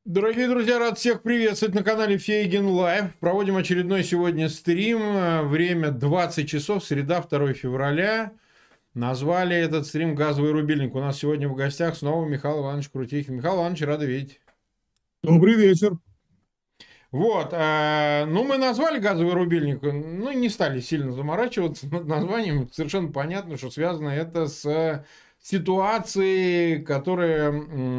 Дорогие друзья, рад всех приветствовать на канале Фейген Лайв. Проводим очередной сегодня стрим. Время 20 часов, среда, 2 февраля. Назвали этот стрим «Газовый рубильник». У нас сегодня в гостях снова Михаил Иванович Крутихин. Михаил Иванович, рады видеть. Добрый вечер. Вот, мы назвали «Газовый рубильник», не стали сильно заморачиваться над названием. Совершенно понятно, что связано это с ситуацией, которая,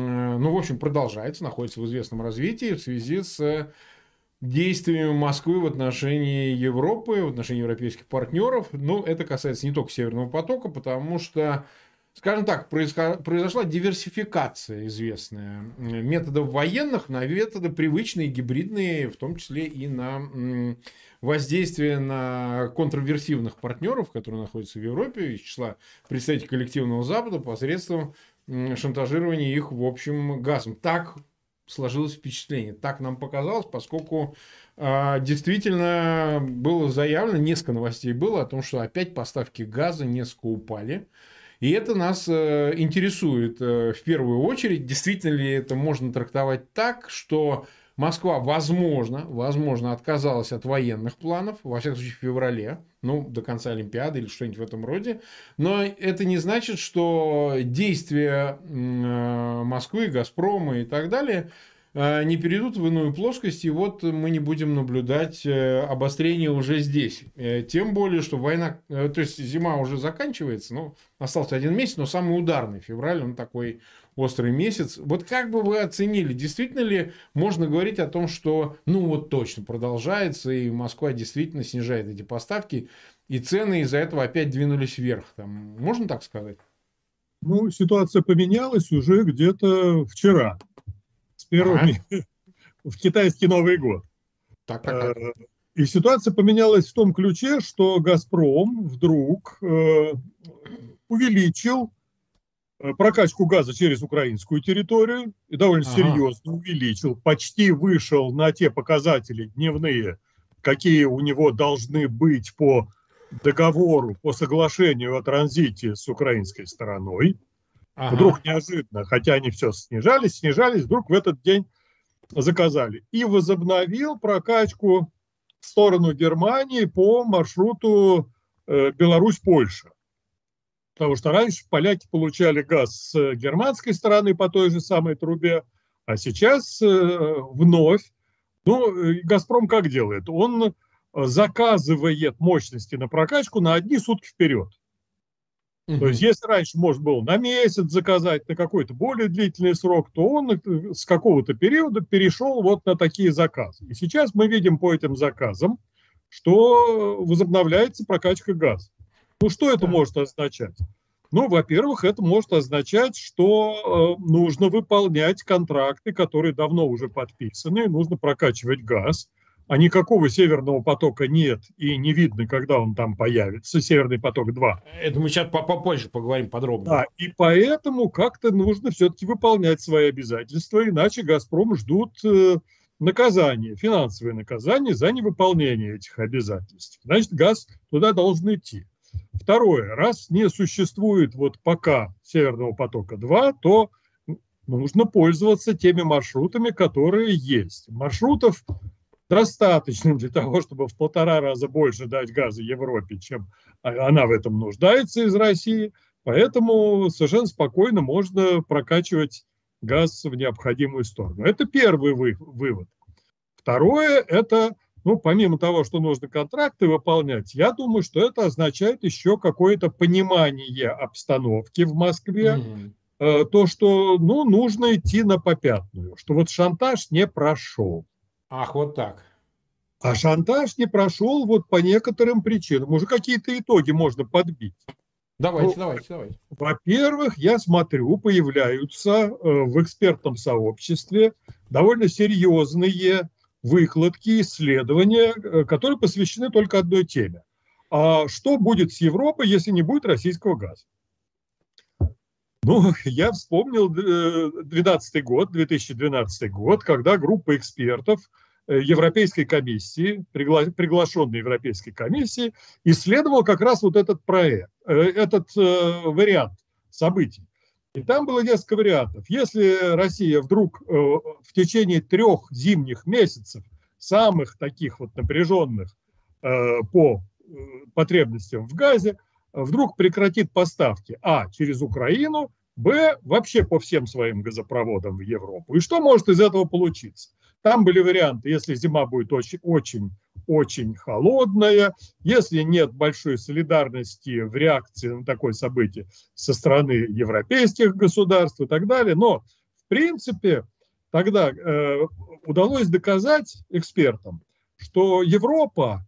в общем, продолжается, находится в известном развитии в связи с действиями Москвы в отношении Европы, в отношении европейских партнеров. Это касается не только Северного потока, потому что, скажем так, произошла диверсификация известная методов военных на методы привычные, гибридные, в том числе и на воздействие на контрверсивных партнеров, которые находятся в Европе, из числа представителей коллективного Запада, посредством шантажирования их, в общем, газом. Так сложилось впечатление, так нам показалось, поскольку действительно было заявлено, несколько новостей было о том, что опять поставки газа несколько упали. И это нас интересует в первую очередь. Действительно ли это можно трактовать так, что Москва, возможно, отказалась от военных планов, во всяком случае в феврале, до конца Олимпиады или что-нибудь в этом роде. Но это не значит, что действия Москвы, Газпрома и так далее не перейдут в иную плоскость, и вот мы не будем наблюдать обострение уже здесь. Тем более, что война, то есть зима уже заканчивается, остался один месяц, но самый ударный февраль, он такой острый месяц. Вот как бы вы оценили, действительно ли можно говорить о том, что, точно продолжается, и Москва действительно снижает эти поставки, и цены из-за этого опять двинулись вверх? Можно так сказать? Ситуация поменялась уже где-то вчера, с первыми в китайский Новый год. Так. И ситуация поменялась в том ключе, что «Газпром» вдруг увеличил прокачку газа через украинскую территорию, и довольно серьезно увеличил, почти вышел на те показатели дневные, какие у него должны быть по договору, по соглашению о транзите с украинской стороной. Вдруг неожиданно, хотя они все снижались, вдруг в этот день заказали. И возобновил прокачку в сторону Германии по маршруту Беларусь-Польша. Потому что раньше поляки получали газ с германской стороны по той же самой трубе, а сейчас вновь. «Газпром» как делает? Он заказывает мощности на прокачку на одни сутки вперед. То есть, если раньше можно было на месяц заказать, на какой-то более длительный срок, то он с какого-то периода перешел вот на такие заказы. И сейчас мы видим по этим заказам, что возобновляется прокачка газа. Что это может означать? Во-первых, это может означать, что нужно выполнять контракты, которые давно уже подписаны, нужно прокачивать газ, а никакого «Северного потока» нет и не видно, когда он там появится, «Северный поток-2». Это мы сейчас попозже поговорим подробно. Да, и поэтому как-то нужно все-таки выполнять свои обязательства, иначе «Газпром» ждут наказание, финансовое наказание за невыполнение этих обязательств. Значит, газ туда должен идти. Второе, раз не существует пока «Северного потока-2», то нужно пользоваться теми маршрутами, которые есть. Маршрутов достаточно для того, чтобы в 1,5 раза больше дать газа Европе, чем она в этом нуждается из России. Поэтому совершенно спокойно можно прокачивать газ в необходимую сторону. Это первый вывод. Второе, это, помимо того, что нужно контракты выполнять, я думаю, что это означает еще какое-то понимание обстановки в Москве, то, что нужно идти на попятную, что шантаж не прошел. Ах, вот так. А шантаж не прошел по некоторым причинам. Уже какие-то итоги можно подбить. Давайте. Во-первых, я смотрю, появляются в экспертном сообществе довольно серьезные выкладки, исследования, которые посвящены только одной теме. А что будет с Европой, если не будет российского газа? Я вспомнил 2012 год, когда группа экспертов Европейской комиссии, приглашенной Европейской комиссии, исследовала как раз этот проект, этот вариант событий. И там было несколько вариантов. Если Россия вдруг в течение 3 зимних месяцев, самых таких вот напряженных по потребностям в газе, вдруг прекратит поставки, через Украину, вообще по всем своим газопроводам в Европу. И что может из этого получиться? Там были варианты, если зима будет очень холодная, если нет большой солидарности в реакции на такое событие со стороны европейских государств и так далее. Но, в принципе, тогда удалось доказать экспертам, что Европа,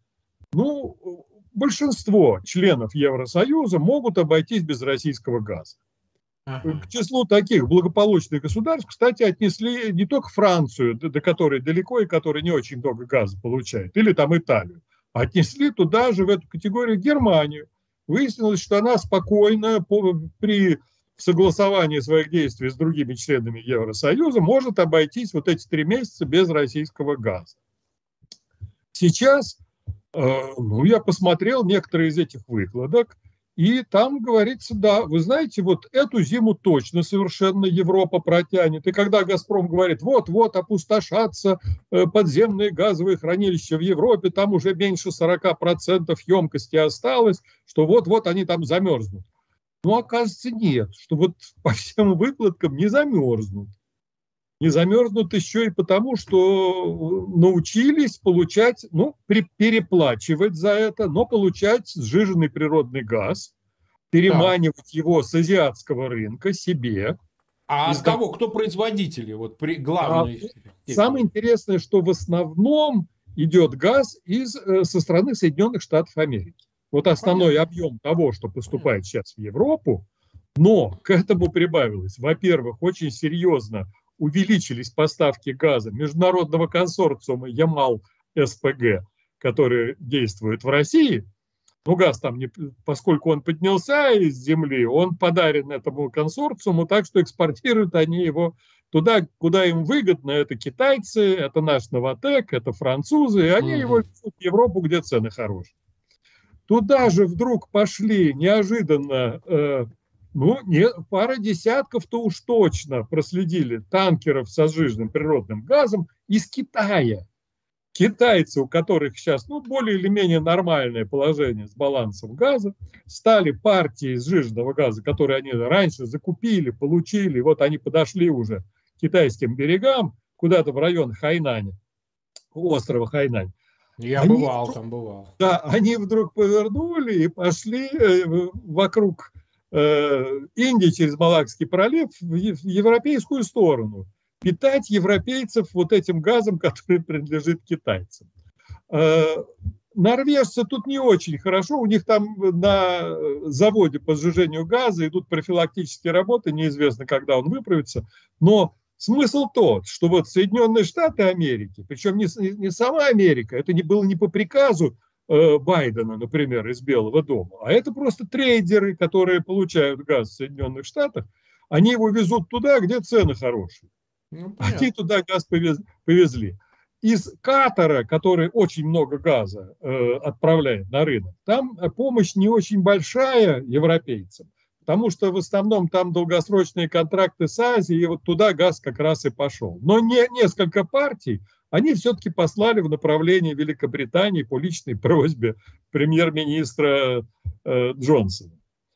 большинство членов Евросоюза могут обойтись без российского газа. К числу таких благополучных государств, кстати, отнесли не только Францию, до которой далеко и которая не очень много газа получает, или там Италию, а отнесли туда же в эту категорию Германию. Выяснилось, что она спокойно при согласовании своих действий с другими членами Евросоюза может обойтись вот эти 3 месяца без российского газа. Сейчас, я посмотрел некоторые из этих выкладок, и там говорится, да, вы знаете, вот эту зиму точно совершенно Европа протянет. И когда «Газпром» говорит, вот-вот опустошатся подземные газовые хранилища в Европе, там уже меньше 40% емкости осталось, что вот-вот они там замерзнут. Оказывается, нет, что вот по всем выкладкам не замерзнут. Не замерзнут еще и потому, что научились получать, переплачивать за это, но получать сжиженный природный газ, переманивать его с азиатского рынка себе. А от кого? Кто производители? Главное. Самое интересное, что в основном идет газ со стороны Соединенных Штатов Америки. Вот основной объем того, что поступает сейчас в Европу, но к этому прибавилось, во-первых, очень серьезно увеличились поставки газа международного консорциума Ямал-СПГ, который действует в России. Газ там, поскольку он поднялся из земли, он подарен этому консорциуму, так что экспортируют они его туда, куда им выгодно. Это китайцы, это наш Новатэк, это французы, и они его везут в Европу, где цены хорошие. Туда же вдруг пошли неожиданно пара десятков-то уж точно проследили танкеров со сжиженным природным газом из Китая. Китайцы, у которых сейчас более или менее нормальное положение с балансом газа, стали партией сжиженного газа, которые они раньше закупили, получили. Вот они подошли уже к китайским берегам, куда-то в район Хайнаня, острова Хайнань. Я бывал. Да, они вдруг повернули и пошли вокруг Индии через Малакский пролив в европейскую сторону, питать европейцев вот этим газом, который принадлежит китайцам. Норвежцы тут не очень хорошо, у них там на заводе по сжижению газа идут профилактические работы, неизвестно, когда он выправится, но смысл тот, что вот Соединенные Штаты Америки, причем не сама Америка, это было не по приказу Байдена, например, из Белого дома, а это просто трейдеры, которые получают газ в Соединенных Штатах, они его везут туда, где цены хорошие. Они туда газ повезли. Из Катара, который очень много газа отправляет на рынок, там помощь не очень большая европейцам, потому что в основном там долгосрочные контракты с Азией, и вот туда газ как раз и пошел. Но несколько партий они все-таки послали в направлении Великобритании по личной просьбе премьер-министра Джонсона.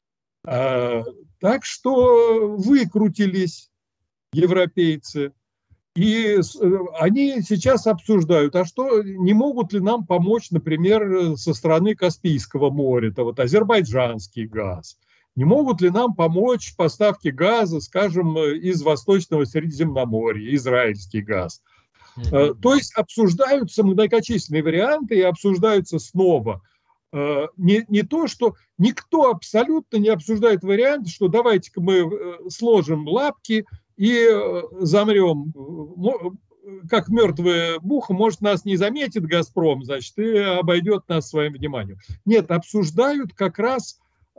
Так что выкрутились европейцы. И они сейчас обсуждают, а что, не могут ли нам помочь, например, со стороны Каспийского моря, это вот азербайджанский газ. Не могут ли нам помочь поставки газа, скажем, из Восточного Средиземноморья, израильский газ. То есть обсуждаются многочисленные варианты и обсуждаются снова. Не то, что никто абсолютно не обсуждает вариант, что давайте-ка мы сложим лапки и замрем. Как мертвая муха, может, нас не заметит «Газпром», значит, и обойдет нас своим вниманием. Нет, обсуждают как раз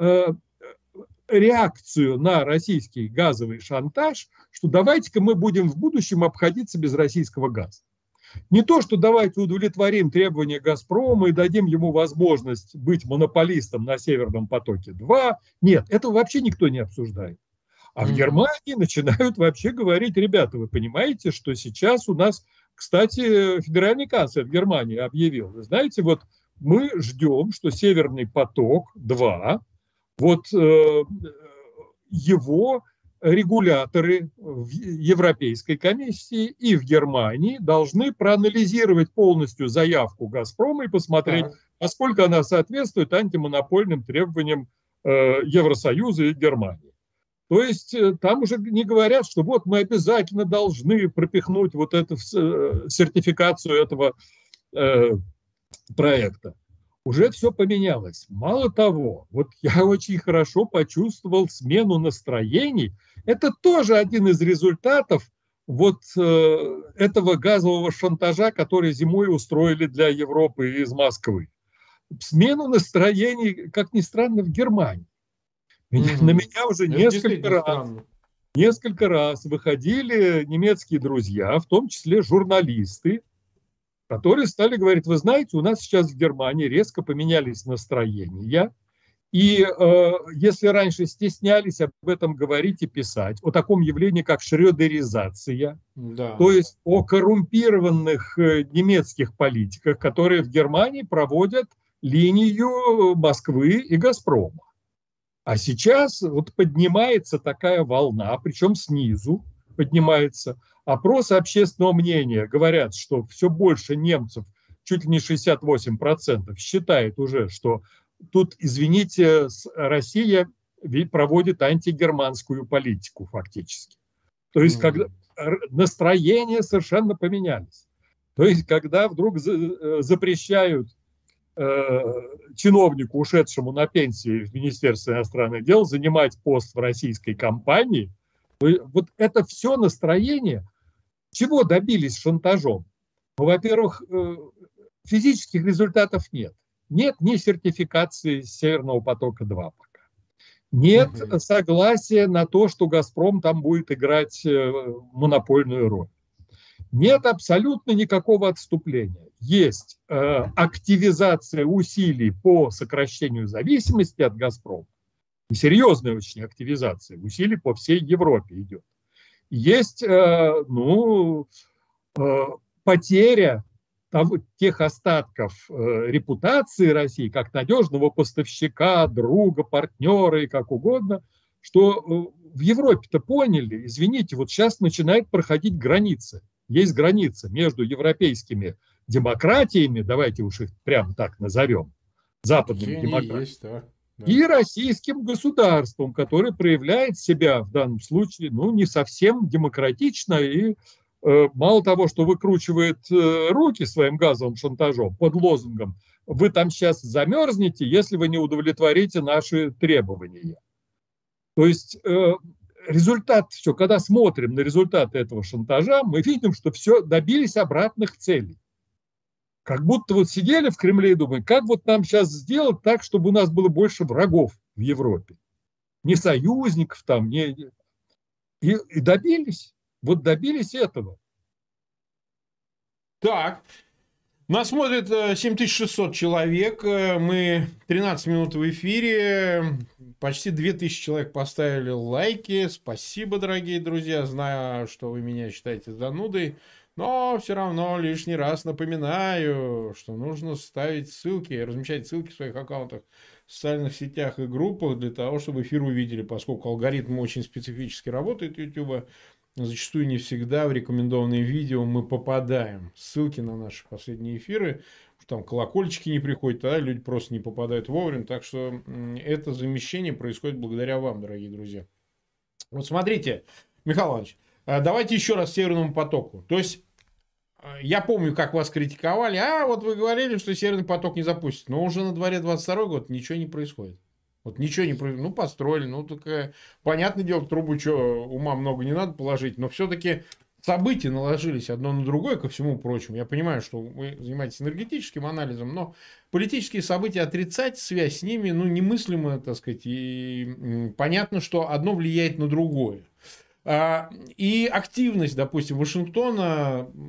реакцию на российский газовый шантаж, что давайте-ка мы будем в будущем обходиться без российского газа. Не то, что давайте удовлетворим требования «Газпрома» и дадим ему возможность быть монополистом на «Северном потоке-2». Нет, этого вообще никто не обсуждает. А в Германии начинают вообще говорить: ребята, вы понимаете, что сейчас у нас, кстати, федеральный канцлер в Германии объявил, вы знаете, вот мы ждем, что Северный поток-2, вот его регуляторы в Европейской комиссии и в Германии должны проанализировать полностью заявку «Газпрома» и посмотреть, насколько она соответствует антимонопольным требованиям Евросоюза и Германии. То есть там уже не говорят, что вот мы обязательно должны пропихнуть вот эту сертификацию этого проекта. Уже все поменялось. Мало того, вот я очень хорошо почувствовал смену настроений. Это тоже один из результатов вот этого газового шантажа, который зимой устроили для Европы из Москвы. Смену настроений, как ни странно, в Германии. На меня уже несколько раз выходили немецкие друзья, в том числе журналисты, которые стали говорить: вы знаете, у нас сейчас в Германии резко поменялись настроения, и если раньше стеснялись об этом говорить и писать, о таком явлении, как шрёдеризация, то есть о коррумпированных немецких политиках, которые в Германии проводят линию Москвы и Газпрома. А сейчас вот поднимается такая волна, причем снизу поднимается. Опросы общественного мнения говорят, что все больше немцев, чуть ли не 68%, считает уже, что тут, извините, Россия проводит антигерманскую политику фактически. То есть когда настроения совершенно поменялись. То есть когда вдруг запрещают чиновнику, ушедшему на пенсию в Министерстве иностранных дел, занимать пост в российской компании, вот это все настроение, чего добились шантажом? Ну, во-первых, физических результатов нет. Нет ни сертификации Северного потока-2 пока. Нет согласия на то, что «Газпром» там будет играть монопольную роль. Нет абсолютно никакого отступления. Есть активизация усилий по сокращению зависимости от «Газпрома». И серьезная очень активизация усилий по всей Европе идет. Есть потеря тех остатков репутации России как надежного поставщика, друга, партнера и как угодно, что в Европе-то поняли, извините, вот сейчас начинает проходить граница. Есть граница между европейскими демократиями, давайте уж их прямо так назовем, западными демократиями, и российским государством, которое проявляет себя в данном случае не совсем демократично и мало того, что выкручивает руки своим газовым шантажом под лозунгом «вы там сейчас замерзнете, если вы не удовлетворите наши требования». То есть результат, все, когда смотрим на результаты этого шантажа, мы видим, что все добились обратных целей. Как будто вот сидели в Кремле и думали, как вот нам сейчас сделать так, чтобы у нас было больше врагов в Европе. Не союзников там, и добились. Вот добились этого. Так. Нас смотрит 7600 человек. Мы 13 минут в эфире. Почти 2000 человек поставили лайки. Спасибо, дорогие друзья. Знаю, что вы меня считаете занудой. Но все равно лишний раз напоминаю, что нужно ставить ссылки, размещать ссылки в своих аккаунтах в социальных сетях и группах для того, чтобы эфир увидели, поскольку алгоритм очень специфически работает YouTube. Зачастую не всегда в рекомендованные видео мы попадаем. Ссылки на наши последние эфиры, там колокольчики не приходят, тогда люди просто не попадают вовремя. Так что это замещение происходит благодаря вам, дорогие друзья. Вот смотрите, Михаил Иванович, давайте еще раз Северному потоку. То есть, я помню, как вас критиковали. Вот вы говорили, что Северный поток не запустит. Но уже на дворе 22 год ничего не происходит. Вот ничего не происходит. Построили. Только понятное дело, трубу ума много не надо положить. Но все-таки события наложились одно на другое, ко всему прочему. Я понимаю, что вы занимаетесь энергетическим анализом, но политические события отрицать связь с ними, немыслимо, так сказать. И понятно, что одно влияет на другое. И активность, допустим, Вашингтона,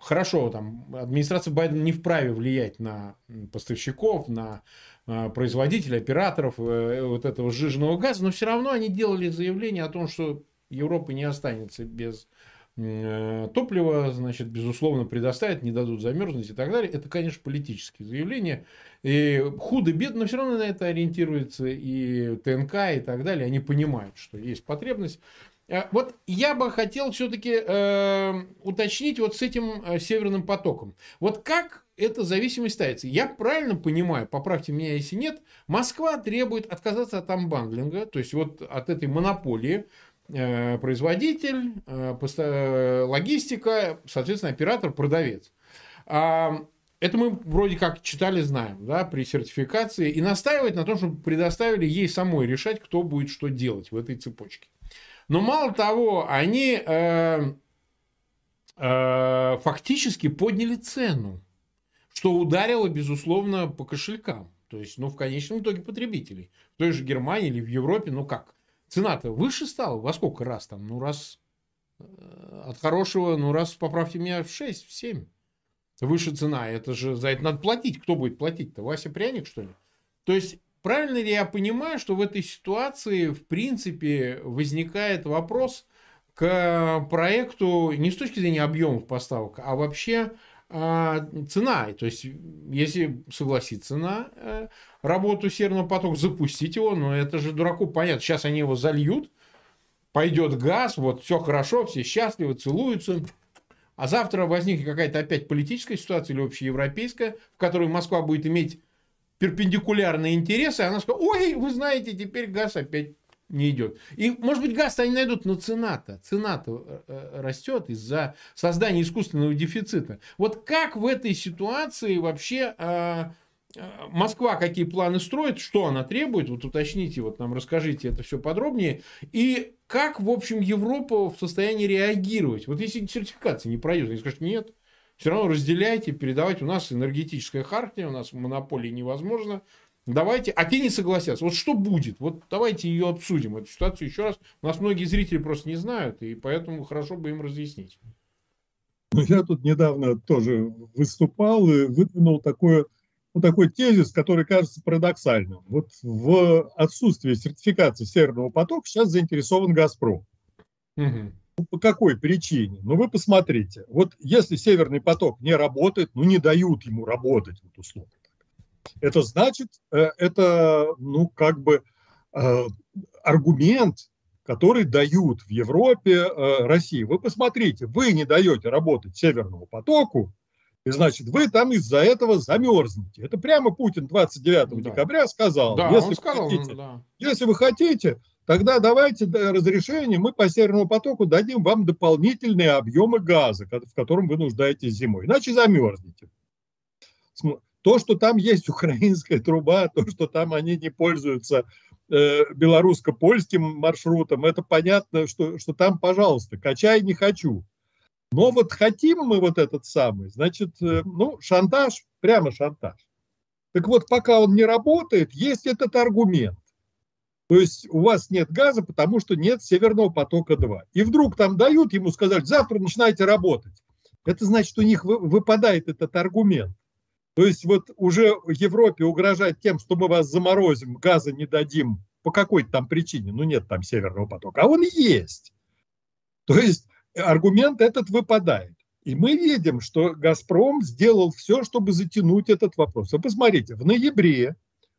хорошо, там администрация Байдена не вправе влиять на поставщиков, на производителей, операторов вот этого сжиженного газа, но все равно они делали заявление о том, что Европа не останется без топлива, значит, безусловно, предоставят, не дадут замерзнуть и так далее. Это, конечно, политические заявления. И худо-бедно, но все равно на это ориентируется и ТНК и так далее. Они понимают, что есть потребность. Вот я бы хотел все-таки уточнить вот с этим Северным потоком. Вот как эта зависимость ставится? Я правильно понимаю, поправьте меня, если нет, Москва требует отказаться от анбандлинга, то есть вот от этой монополии, производитель, логистика, соответственно, оператор, продавец. Это мы вроде как читали, знаем, да, при сертификации. И настаивает на том, чтобы предоставили ей самой решать, кто будет что делать в этой цепочке. Но мало того, они фактически подняли цену, что ударило, безусловно, по кошелькам. То есть, ну, в конечном итоге потребителей. В той же Германии или в Европе, ну как? Цена-то выше стала? Во сколько раз там? Ну, раз от хорошего, ну, раз, поправьте меня, в 6, в 7. Выше цена. Это же за это надо платить. Кто будет платить-то? Вася Пряник, что ли? То есть, правильно ли я понимаю, что в этой ситуации, в принципе, возникает вопрос к проекту не с точки зрения объемов поставок, а вообще цена. То есть, если согласиться на работу Северного потока, запустить его, но это же дураку понятно. Сейчас они его зальют, пойдет газ, вот все хорошо, все счастливы, целуются. А завтра возникнет какая-то опять политическая ситуация или общеевропейская, в которой Москва будет иметь перпендикулярные интересы, а она скажет: ой, вы знаете, теперь газ опять не идет. И, может быть, газ-то они найдут, но цена-то растет из-за создания искусственного дефицита. Вот как в этой ситуации вообще Москва какие планы строит, что она требует, вот уточните, вот нам расскажите это все подробнее, и как, в общем, Европа в состоянии реагировать. Вот если сертификация не пройдет, они скажут: нет, все равно разделяйте, передавайте, у нас энергетическая хартия, у нас монополии невозможно, давайте, а те не согласятся. Вот что будет? Вот давайте ее обсудим, эту ситуацию еще раз. У нас многие зрители просто не знают, и поэтому хорошо бы им разъяснить. Ну, я тут недавно тоже выступал и выдвинул такой тезис, который кажется парадоксальным. Вот в отсутствии сертификации Северного потока сейчас заинтересован «Газпром». Угу. По какой причине? Ну, вы посмотрите. Вот если Северный поток не работает, ну, не дают ему работать, вот условно. Это значит, это, ну, как бы аргумент, который дают в Европе, России. Вы посмотрите, вы не даете работать Северному потоку, и значит, вы там из-за этого замерзнете. Это прямо Путин 29 декабря сказал. Да, если он сказал, хотите, да. Если вы хотите, тогда давайте разрешение, мы по Северному потоку дадим вам дополнительные объемы газа, в котором вы нуждаетесь зимой. Иначе замерзнете. То, что там есть украинская труба, то, что там они не пользуются белорусско-польским маршрутом, это понятно, что там, пожалуйста, качай, не хочу. Но вот хотим мы вот этот самый, значит, ну, шантаж, прямо шантаж. Так вот, пока он не работает, есть этот аргумент. То есть у вас нет газа, потому что нет Северного потока-2. И вдруг там дают, ему сказать: завтра начинайте работать. Это значит, у них выпадает этот аргумент. То есть вот уже Европе угрожать тем, что мы вас заморозим, газа не дадим по какой-то там причине, ну нет там Северного потока, а он есть. То есть аргумент этот выпадает. И мы видим, что «Газпром» сделал все, чтобы затянуть этот вопрос. Вы посмотрите, в ноябре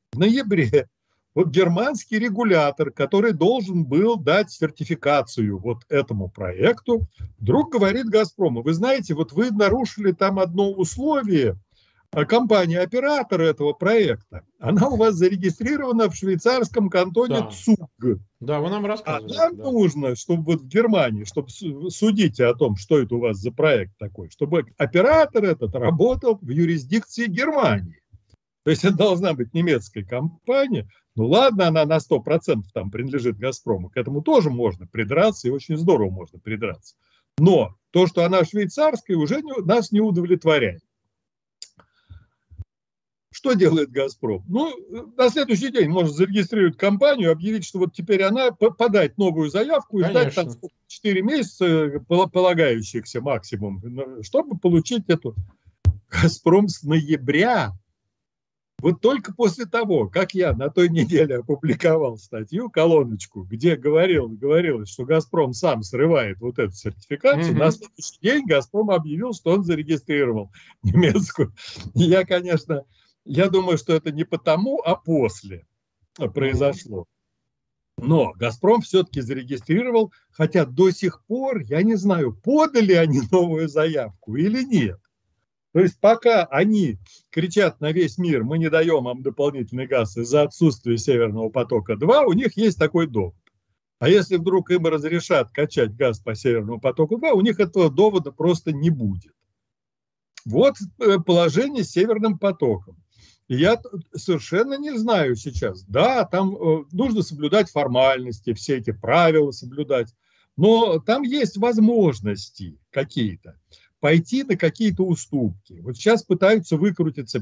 вот германский регулятор, который должен был дать сертификацию вот этому проекту, вдруг говорит «Газпрому»: вы знаете, вот вы нарушили там одно условие. Компания-оператор этого проекта, она у вас зарегистрирована в швейцарском кантоне ЦУГ. Да, вы нам рассказывали. А нам нужно, чтобы вот в Германии, чтобы судите о том, что это у вас за проект такой, чтобы оператор этот работал в юрисдикции Германии. То есть это должна быть немецкая компания. Ну ладно, она на 100% там принадлежит «Газпрому». К этому тоже можно придраться, и очень здорово можно придраться. Но то, что она швейцарская, уже нас не удовлетворяет. что делает «Газпром»? Ну, на следующий день может зарегистрировать компанию, объявить, что вот теперь она подать новую заявку и ждать там 4 месяца полагающихся максимум, чтобы получить эту. «Газпром» с ноября, вот только после того, как я на той неделе опубликовал статью, колоночку, где говорилось, что «Газпром» сам срывает вот эту сертификацию, на следующий день «Газпром» объявил, что он зарегистрировал немецкую. И я, конечно, я думаю, что это не потому, а после произошло. Но «Газпром» все-таки зарегистрировал, хотя до сих пор, я не знаю, подали они новую заявку или нет. То есть пока они кричат на весь мир, мы не даем вам дополнительный газ из-за отсутствия Северного потока-2, у них есть такой довод. А если вдруг им разрешат качать газ по Северному потоку-2, у них этого довода просто не будет. Вот положение с Северным потоком. И я совершенно не знаю сейчас. Да, там нужно соблюдать формальности, все эти правила соблюдать, но там есть возможности какие-то пойти на какие-то уступки. Вот сейчас пытаются выкрутиться.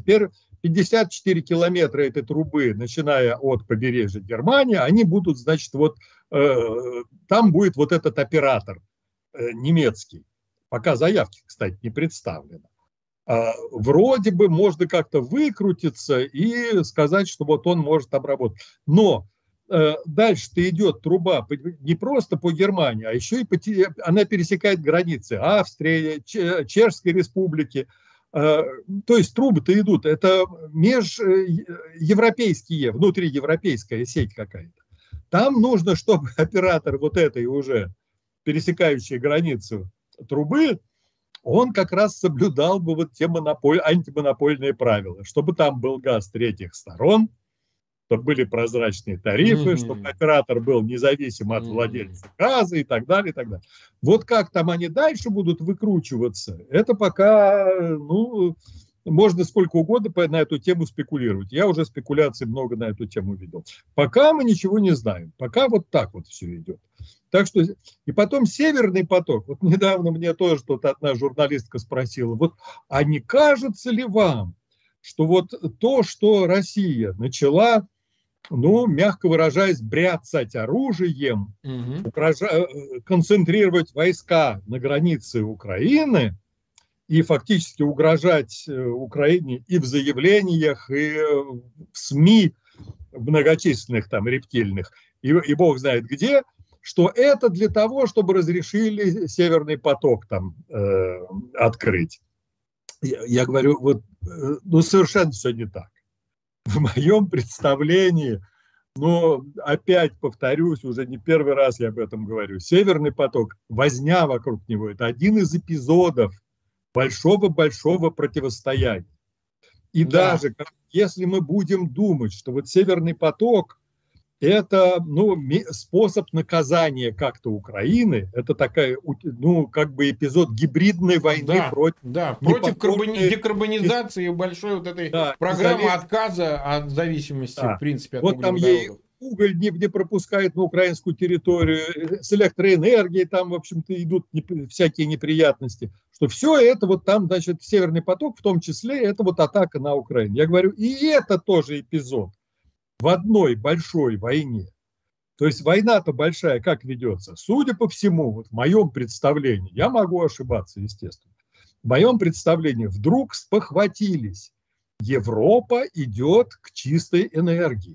54 километра этой трубы, начиная от побережья Германии, они будут, значит, вот там будет вот этот оператор немецкий. Пока заявки, кстати, не представлены. Вроде бы можно как-то выкрутиться и сказать, что вот он может обработать. Но дальше-то идет труба не просто по Германии, а еще и она пересекает границы Австрии, Чешской Республики. То есть трубы-то идут. Это межевропейские, внутриевропейская сеть какая-то. Там нужно, чтобы оператор вот этой уже пересекающей границу трубы, он как раз соблюдал бы вот те антимонопольные правила, чтобы там был газ третьих сторон, чтобы были прозрачные тарифы, чтобы оператор был независим от владельца газа и так далее, и так далее. Вот как там они дальше будут выкручиваться, это пока, ну, можно сколько угодно на эту тему спекулировать. Я уже спекуляций много на эту тему видел. Пока мы ничего не знаем, пока вот так вот все идет. Так что, и потом Северный поток. Вот недавно мне тоже тут одна журналистка спросила, вот, а не кажется ли вам, что вот то, что Россия начала, ну, мягко выражаясь, бряцать оружием, концентрировать войска на границе Украины и фактически угрожать Украине и в заявлениях, и в СМИ многочисленных там рептильных, и бог знает где, что это для того, чтобы разрешили Северный поток там открыть. Я говорю, вот, ну, совершенно все не так. В моем представлении, но опять повторюсь, уже не первый раз я об этом говорю, Северный поток, возня вокруг него, это один из эпизодов большого-большого противостояния. И даже если мы будем думать, что вот Северный поток это, ну, способ наказания как-то Украины, это такая, ну, как бы эпизод гибридной войны против декарбонизации большой вот этой программы отказа от зависимости, в принципе, от вот там ей уголь не пропускает на украинскую территорию, с электроэнергией там, в общем-то, идут всякие неприятности, что все это вот там, значит, Северный поток, в том числе, это вот атака на Украину. Я говорю, и это тоже эпизод в одной большой войне. То есть война-то большая как ведется? Судя по всему, вот в моем представлении, я могу ошибаться, естественно, в моем представлении вдруг спохватились. Европа идет к чистой энергии.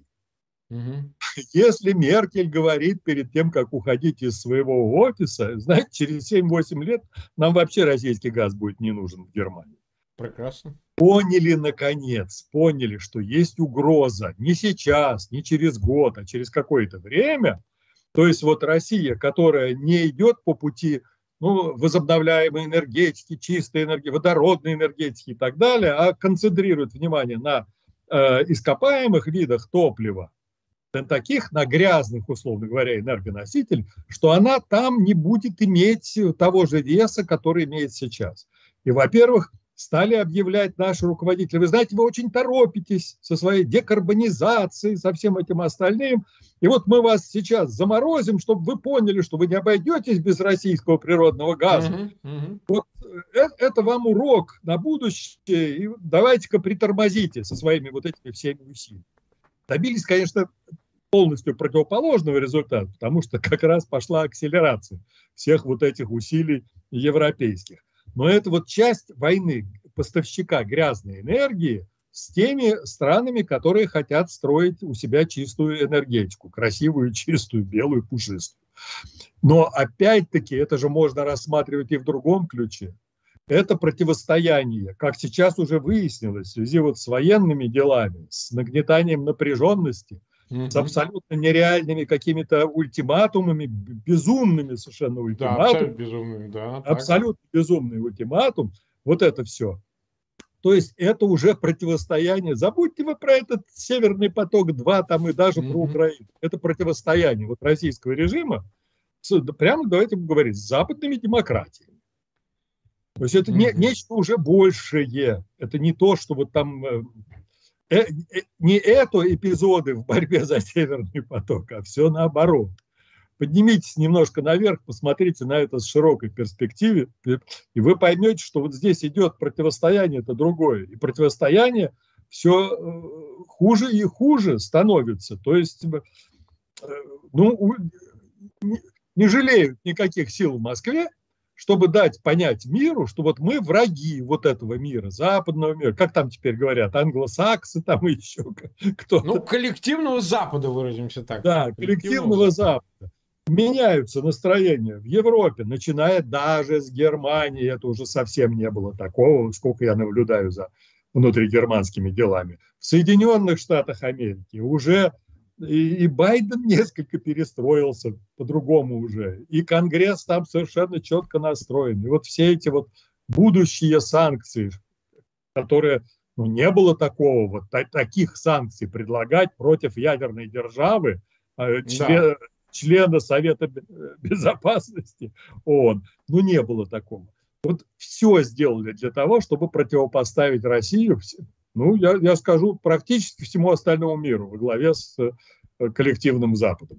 Если Меркель говорит перед тем, как уходить из своего офиса, знаете, через 7-8 лет нам вообще российский газ будет не нужен в Германии. Прекрасно. Поняли, наконец, что есть угроза не сейчас, не через год, а через какое-то время. То есть вот Россия, которая не идет по пути, ну, возобновляемой энергетики, чистой энергии, водородной энергетики и так далее, а концентрирует внимание на ископаемых видах топлива, на таких, на грязных, условно говоря, энергоносителей, что она там не будет иметь того же веса, который имеет сейчас. И, во-первых, стали объявлять наши руководители, вы знаете, вы очень торопитесь со своей декарбонизацией, со всем этим остальным, и вот мы вас сейчас заморозим, чтобы вы поняли, что вы не обойдетесь без российского природного газа. Вот это вам урок на будущее, и давайте-ка притормозите со своими вот этими всеми усилиями. Добились, конечно, полностью противоположного результата, потому что как раз пошла акселерация всех вот этих усилий европейских. Но это вот часть войны поставщика грязной энергии с теми странами, которые хотят строить у себя чистую энергетику, красивую, чистую, белую, пушистую. Но опять-таки это же можно рассматривать и в другом ключе. Это противостояние, как сейчас уже выяснилось, в связи вот с военными делами, с нагнетанием напряженности, с абсолютно нереальными какими-то ультиматумами, безумными совершенно ультиматумами. Да, абсолютно безумными, да. Абсолютно безумный ультиматум, вот это все. То есть это уже противостояние. Забудьте вы про этот Северный поток-2 там и даже про Украину. Это противостояние вот российского режима, прямо давайте говорить, с западными демократиями. То есть это нечто уже большее. Это не то, что вот там... не это эпизоды в борьбе за Северный поток, а все наоборот. Поднимитесь немножко наверх, посмотрите на это с широкой перспективы, и вы поймете, что вот здесь идет противостояние, это другое. И противостояние все хуже и хуже становится. То есть, ну, не жалеют никаких сил в Москве, чтобы дать понять миру, что вот мы враги вот этого мира, западного мира. Как там теперь говорят, англосаксы там и еще кто-то. Ну, коллективного Запада, выразимся так. Да, коллективного Запада. Меняются настроения в Европе, начиная даже с Германии. Это уже совсем не было такого, сколько я наблюдаю за внутригерманскими делами. В Соединенных Штатах Америки уже и Байден несколько перестроился по-другому уже. И Конгресс там совершенно четко настроен. И вот все эти вот будущие санкции, которые, ну, не было такого, вот таких санкций предлагать против ядерной державы, члена Совета Безопасности ООН, ну, не было такого. Вот все сделали для того, чтобы противопоставить Россию, ну, я скажу, практически всему остальному миру во главе с коллективным Западом.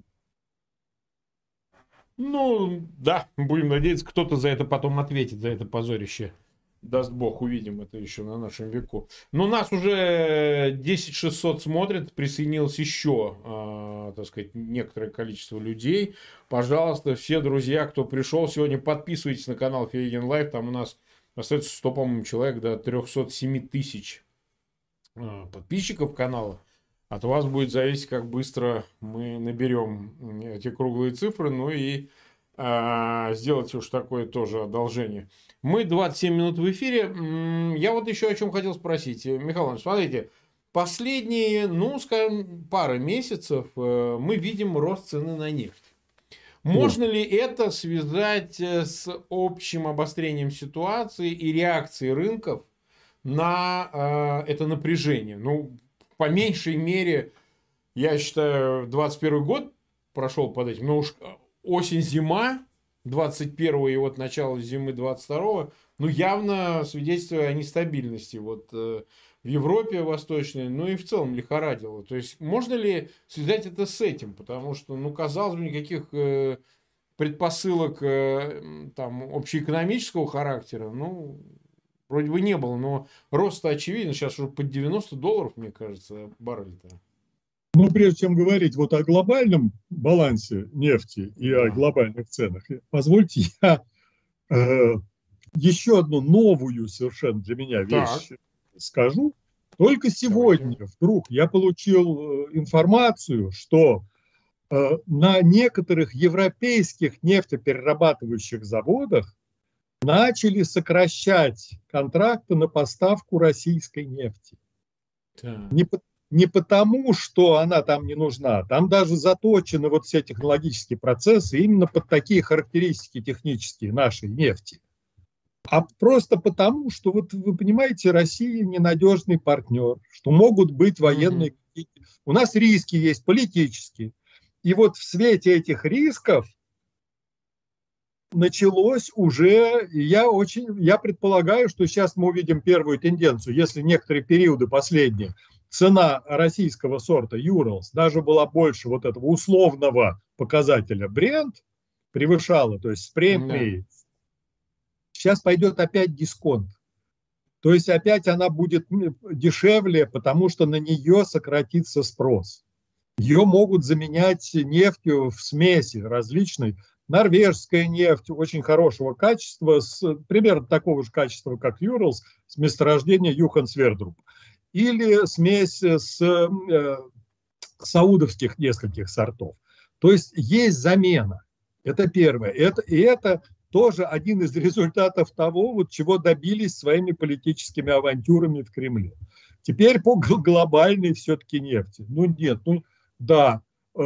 Ну, да, будем надеяться, кто-то за это потом ответит, за это позорище. Даст Бог, увидим это еще на нашем веку. Но нас уже 10600 смотрят, присоединилось еще, так сказать, некоторое количество людей. Пожалуйста, все друзья, кто пришел сегодня, подписывайтесь на канал Фейгин Лайв. Там у нас остается 100, по-моему, человек до 307 тысяч подписчиков канала. От вас будет зависеть, как быстро мы наберем эти круглые цифры. Ну и сделать уж такое тоже одолжение. Мы 27 минут в эфире. Я вот еще о чем хотел спросить. Михаил Иванович, смотрите, последние, ну, скажем, пары месяцев мы видим рост цены на нефть. Можно ли это связать с общим обострением ситуации и реакцией рынков на это напряжение? Ну, по меньшей мере, я считаю, 21 год прошел под этим. Но уж осень-зима 21-го и вот начало зимы 22-го, ну, явно свидетельствует о нестабильности вот в Европе Восточной, ну и в целом лихорадило. То есть, можно ли связать это с этим? Потому что, ну, казалось бы, никаких предпосылок там общеэкономического характера, ну, вроде бы не было, но рост-то очевиден. Сейчас уже под $90, мне кажется, баррель-то. Ну, прежде чем говорить вот о глобальном балансе нефти и о глобальных ценах, позвольте я еще одну новую совершенно для меня вещь скажу. Только сегодня вдруг я получил информацию, что на некоторых европейских нефтеперерабатывающих заводах начали сокращать контракты на поставку российской нефти. Не потому, что она там не нужна, там даже заточены вот все технологические процессы именно под такие характеристики технические нашей нефти. А просто потому, что, вот вы понимаете, Россия ненадежный партнер, что могут быть военные... У нас риски есть политические. И вот в свете этих рисков началось уже, я предполагаю, что сейчас мы увидим первую тенденцию, если некоторые периоды последние, цена российского сорта Urals даже была больше вот этого условного показателя Brent, превышала, то есть с премией. сейчас пойдет опять дисконт. То есть опять она будет дешевле, потому что на нее сократится спрос. Ее могут заменять нефтью в смеси различной. Норвежская нефть очень хорошего качества, примерно такого же качества, как Юралс, с месторождения Юхан Свердруб. Или смесь с саудовских нескольких сортов. То есть есть замена. Это первое. Это тоже один из результатов того, вот, чего добились своими политическими авантюрами в Кремле. Теперь по глобальной все-таки нефти. Ну нет, ну да,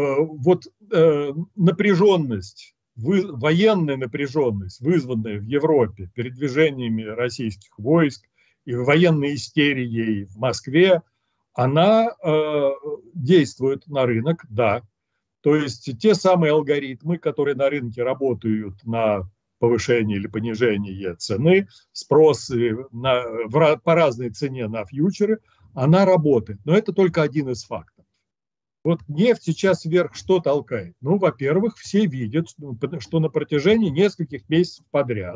напряженность, военная напряженность, вызванная в Европе передвижениями российских войск и военной истерией в Москве, она действует на рынок, да. То есть те самые алгоритмы, которые на рынке работают на повышение или понижение цены, спрос по разной цене на фьючеры, она работает. Но это только один из факторов. Вот нефть сейчас вверх что толкает? Ну, во-первых, все видят, что на протяжении нескольких месяцев подряд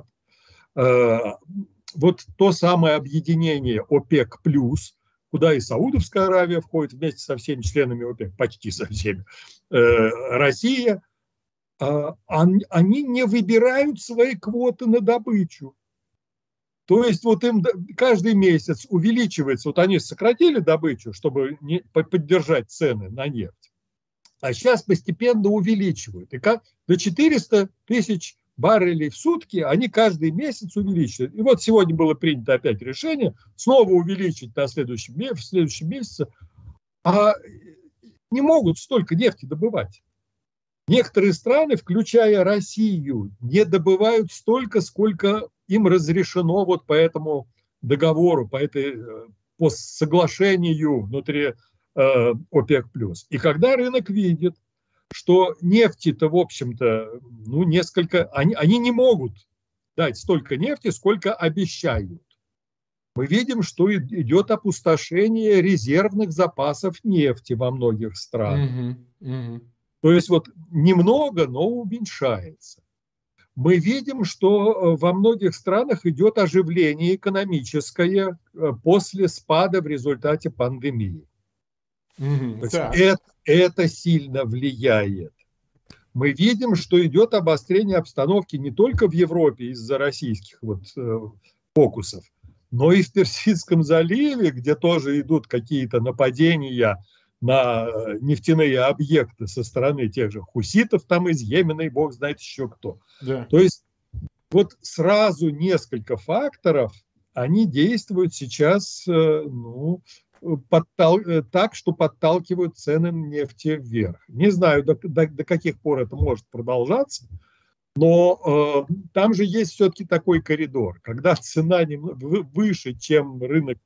вот то самое объединение ОПЕК+, куда и Саудовская Аравия входит вместе со всеми членами ОПЕК, почти со всеми, Россия, они не выбирают свои квоты на добычу. То есть вот им каждый месяц увеличивается, вот они сократили добычу, чтобы поддержать цены на нефть, а сейчас постепенно увеличивают. И до 400 тысяч баррелей в сутки они каждый месяц увеличивают. И вот сегодня было принято опять решение снова увеличить в следующем месяце, а не могут столько нефти добывать. Некоторые страны, включая Россию, не добывают столько, сколько им разрешено вот по этому договору, по соглашению внутри ОПЕК+. И когда рынок видит, что нефти-то, в общем-то, они не могут дать столько нефти, сколько обещают. Мы видим, что идет опустошение резервных запасов нефти во многих странах. То есть вот немного, но уменьшается. Мы видим, что во многих странах идет оживление экономическое после спада в результате пандемии. Это сильно влияет. Мы видим, что идет обострение обстановки не только в Европе из-за российских фокусов, но и в Персидском заливе, где тоже идут какие-то нападения на нефтяные объекты со стороны тех же хуситов там из Йемена и бог знает еще кто. Да. То есть вот сразу несколько факторов, они действуют сейчас так, что подталкивают цены нефти вверх. Не знаю, до каких пор это может продолжаться, но там же есть все-таки такой коридор, когда цена выше, чем рынок,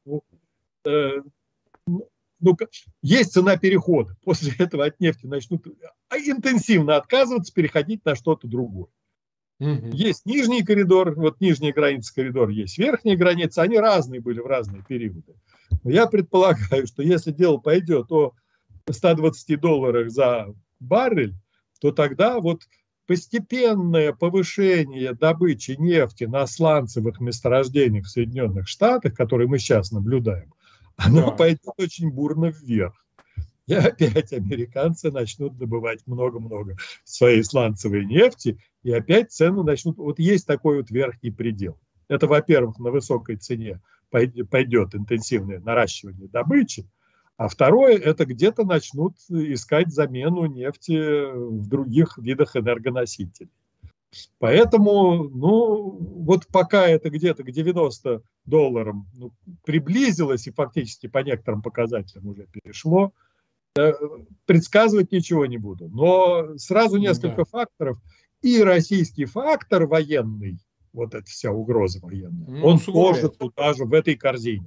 есть цена перехода. После этого от нефти начнут интенсивно отказываться, переходить на что-то другое. Есть нижний коридор, вот нижняя граница коридора, есть верхняя граница, они разные были в разные периоды. Но я предполагаю, что если дело пойдет о $120 за баррель, то тогда вот постепенное повышение добычи нефти на сланцевых месторождениях в Соединенных Штатах, которые мы сейчас наблюдаем, оно пойдет очень бурно вверх. И опять американцы начнут добывать много-много своей сланцевой нефти, и опять цены начнут... Вот есть такой вот верхний предел. Это, во-первых, на высокой цене пойдет интенсивное наращивание добычи, а второе, это где-то начнут искать замену нефти в других видах энергоносителей. Поэтому, вот пока это где-то к $90 приблизилось и фактически по некоторым показателям уже перешло, предсказывать ничего не буду. Но сразу несколько факторов. И российский фактор военный, вот эта вся угроза военная, он тоже туда же, в этой корзине.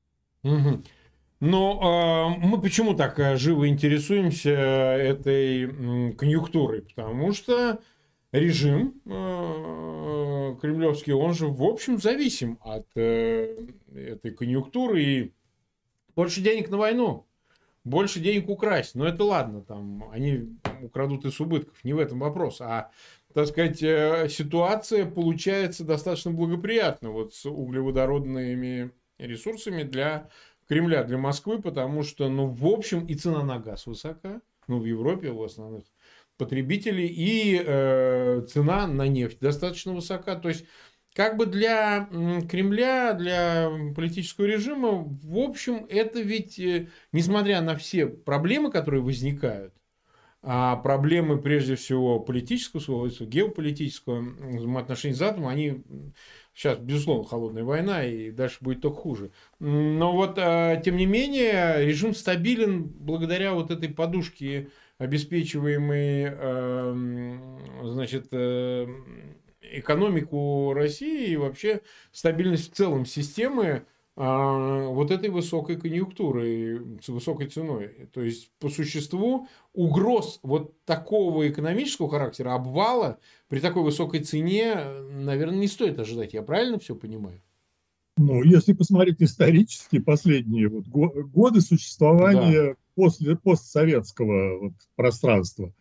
Но мы почему так живо интересуемся этой конъюнктурой? Потому что режим кремлевский, он же, в общем, зависим от этой конъюнктуры. И больше денег на войну, больше денег украсть. Но это ладно, там они украдут из убытков, не в этом вопрос. А так сказать, ситуация получается достаточно благоприятна вот с углеводородными ресурсами для Кремля, для Москвы, потому что, ну, в общем, и цена на газ высока, ну, в Европе у основных потребителей, и цена на нефть достаточно высока. То есть, как бы для Кремля, для политического режима, в общем, это ведь, несмотря на все проблемы, которые возникают, а проблемы, прежде всего, политического свойства, геополитического взаимоотношений с Западом, они сейчас, безусловно, холодная война, и дальше будет только хуже. Но вот, тем не менее, режим стабилен благодаря вот этой подушке, обеспечиваемой, значит, экономику России и вообще стабильность в целом системы вот этой высокой конъюнктуры, с высокой ценой. То есть, по существу, угроз вот такого экономического характера, обвала при такой высокой цене, наверное, не стоит ожидать. Я правильно все понимаю? Ну, если посмотреть исторически последние вот годы существования постсоветского вот пространства,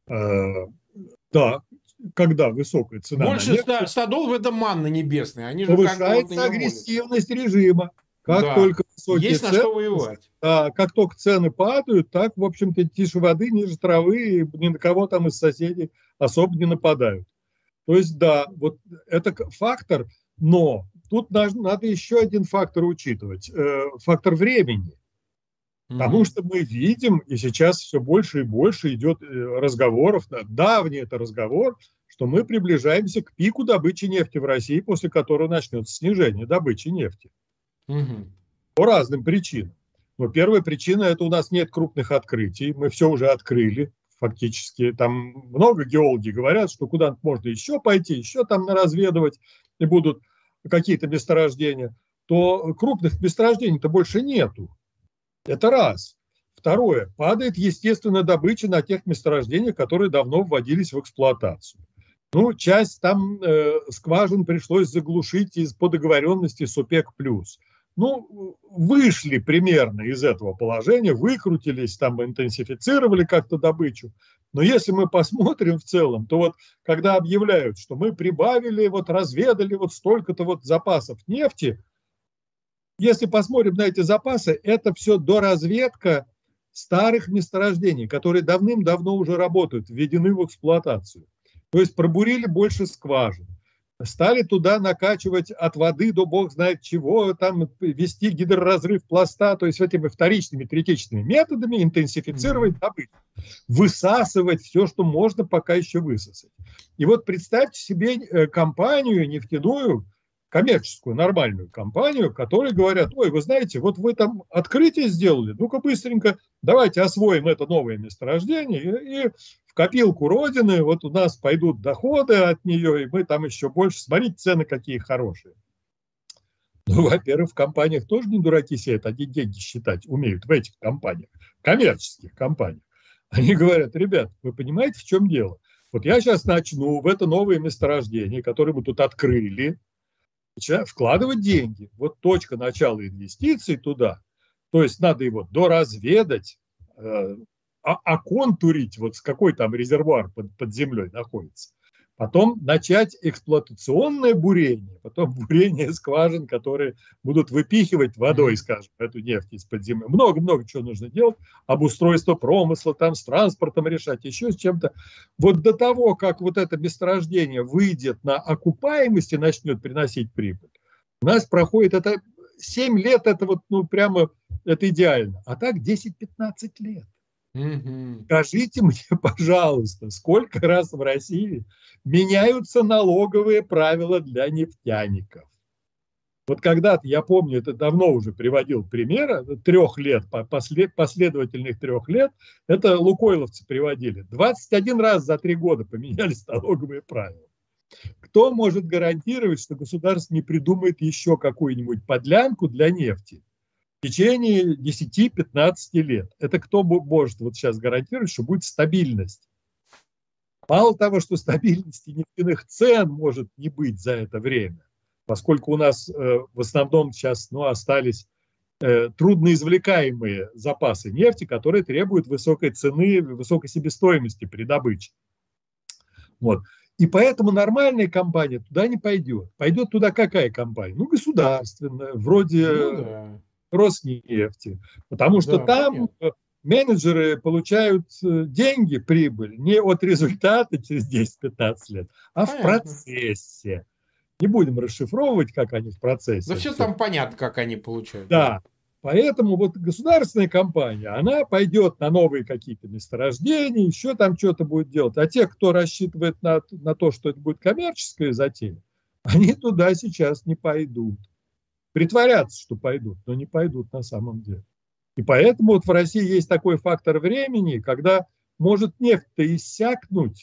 да, когда высокая цена Больше на нефть, 100 долларов – это манна небесная. Они же как бы вот на повышается нее молятся. агрессивность режима. Как Да, только высокие есть на цены, что воевать. как только цены падают, так, в общем-то, тише воды, ниже травы, и ни на кого там из соседей особо не нападают. То есть, да, вот это фактор, но тут надо еще один фактор учитывать, фактор времени. Потому что мы видим, и сейчас все больше и больше идет разговоров, давний это разговор, что мы приближаемся к пику добычи нефти в России, после которого начнется снижение добычи нефти. По разным причинам. Но первая причина – это у нас нет крупных открытий, мы все уже открыли фактически. Там много геологи говорят, что куда-то можно еще пойти, еще там наразведывать, и будут какие-то месторождения. То крупных месторождений-то больше нету. Это раз. Второе. Падает естественная добыча на тех месторождениях, которые давно вводились в эксплуатацию. Ну, часть там скважин пришлось заглушить по договоренности с ОПЕК+. Ну, вышли примерно из этого положения, выкрутились, там интенсифицировали как-то добычу. Но если мы посмотрим в целом, то вот когда объявляют, что мы прибавили, вот разведали вот столько-то вот запасов нефти, если посмотрим на эти запасы, это все доразведка старых месторождений, которые давным-давно уже работают, введены в эксплуатацию. То есть пробурили больше скважин, стали туда накачивать от воды до бог знает чего, там вести гидроразрыв пласта, то есть этими вторичными, третичными методами интенсифицировать добычу, высасывать все, что можно пока еще высосать. И вот представьте себе компанию нефтяную, коммерческую, нормальную компанию, которые говорят: ой, вы знаете, вот вы там открытие сделали, ну-ка быстренько давайте освоим это новое месторождение и в копилку Родины, вот у нас пойдут доходы от нее, и мы там еще больше, смотрите, цены какие хорошие. Ну, во-первых, в компаниях тоже не дураки сидят, они деньги считать умеют в этих компаниях, коммерческих компаниях. Они говорят: ребят, вы понимаете, в чем дело? Вот я сейчас начну в это новое месторождение, которое мы тут открыли, вкладывать деньги. Вот точка начала инвестиций туда. То есть надо его доразведать, оконтурить, вот с какой там резервуар под землей находится. Потом начать эксплуатационное бурение, потом бурение скважин, которые будут выпихивать водой, скажем, эту нефть из-под земли. Много-много чего нужно делать. Обустройство промысла, там с транспортом решать, еще с чем-то. Вот до того, как вот это месторождение выйдет на окупаемость и начнет приносить прибыль, у нас проходит это 7 лет, это вот, ну, прямо, это идеально. А так 10-15 лет. Скажите мне, пожалуйста, сколько раз в России меняются налоговые правила для нефтяников? Вот когда-то, я помню, это давно уже приводил пример, 3 лет, последовательных 3 лет, это лукойловцы приводили. 21 раз за 3 года поменялись налоговые правила. Кто может гарантировать, что государство не придумает еще какую-нибудь подлянку для нефти в течение 10-15 лет? Это кто может вот сейчас гарантировать, что будет стабильность? Мало того, что стабильности нефтяных цен может не быть за это время, поскольку у нас в основном сейчас остались трудноизвлекаемые запасы нефти, которые требуют высокой цены, высокой себестоимости при добыче. Вот. И поэтому нормальная компания туда не пойдет. Пойдет туда какая компания? Ну, государственная, Ну вроде да, Роснефти. Потому что да, там понятно. менеджеры получают деньги, прибыль не от результата через 10-15 лет, а в Понятно. процессе. Не будем расшифровывать, как они в Да процессе все все. там понятно, как они получают, да. Да, поэтому вот государственная компания, она пойдет на новые какие-то месторождения, еще там что-то будет делать. А те, кто рассчитывает на то, что это будет коммерческая затея, они туда сейчас не пойдут. Притворятся, что пойдут, но не пойдут на самом деле. И поэтому вот в России есть такой фактор времени, когда может нефть-то иссякнуть.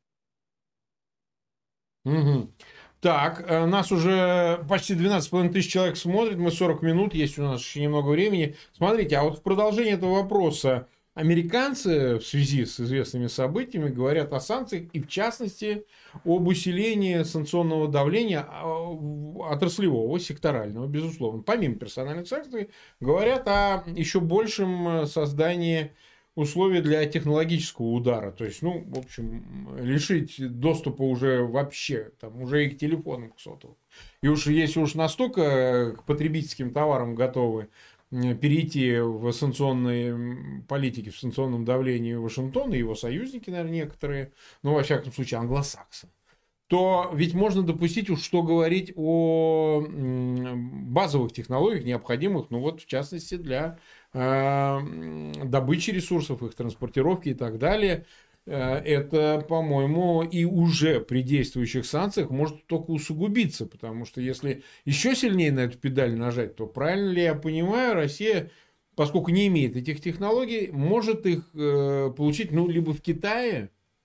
Мгм. Так, нас уже почти 12,5 тысяч человек смотрит, мы 40 минут, есть у нас еще немного времени. Смотрите, а вот в продолжение этого вопроса, американцы в связи с известными событиями говорят о санкциях и в частности об усилении санкционного давления отраслевого, секторального, безусловно. Помимо персональных санкций, говорят о еще большем создании условия для технологического удара. То есть, ну, в общем, лишить доступа уже вообще, там, уже и к телефонам, к сотовым. И уж если уж настолько к потребительским товарам готовы перейти в санкционные политики, в санкционном давлении Вашингтона и его союзники, наверное, некоторые, ну, во всяком случае, англосаксы, то ведь можно допустить уж что говорить о базовых технологиях, необходимых, ну вот в частности для добычи ресурсов, их транспортировки и так далее. Это, по-моему, и уже при действующих санкциях может только усугубиться, потому что если еще сильнее на эту педаль нажать, то, правильно ли я понимаю, Россия, поскольку не имеет этих технологий, может их получить, ну, либо в Китае,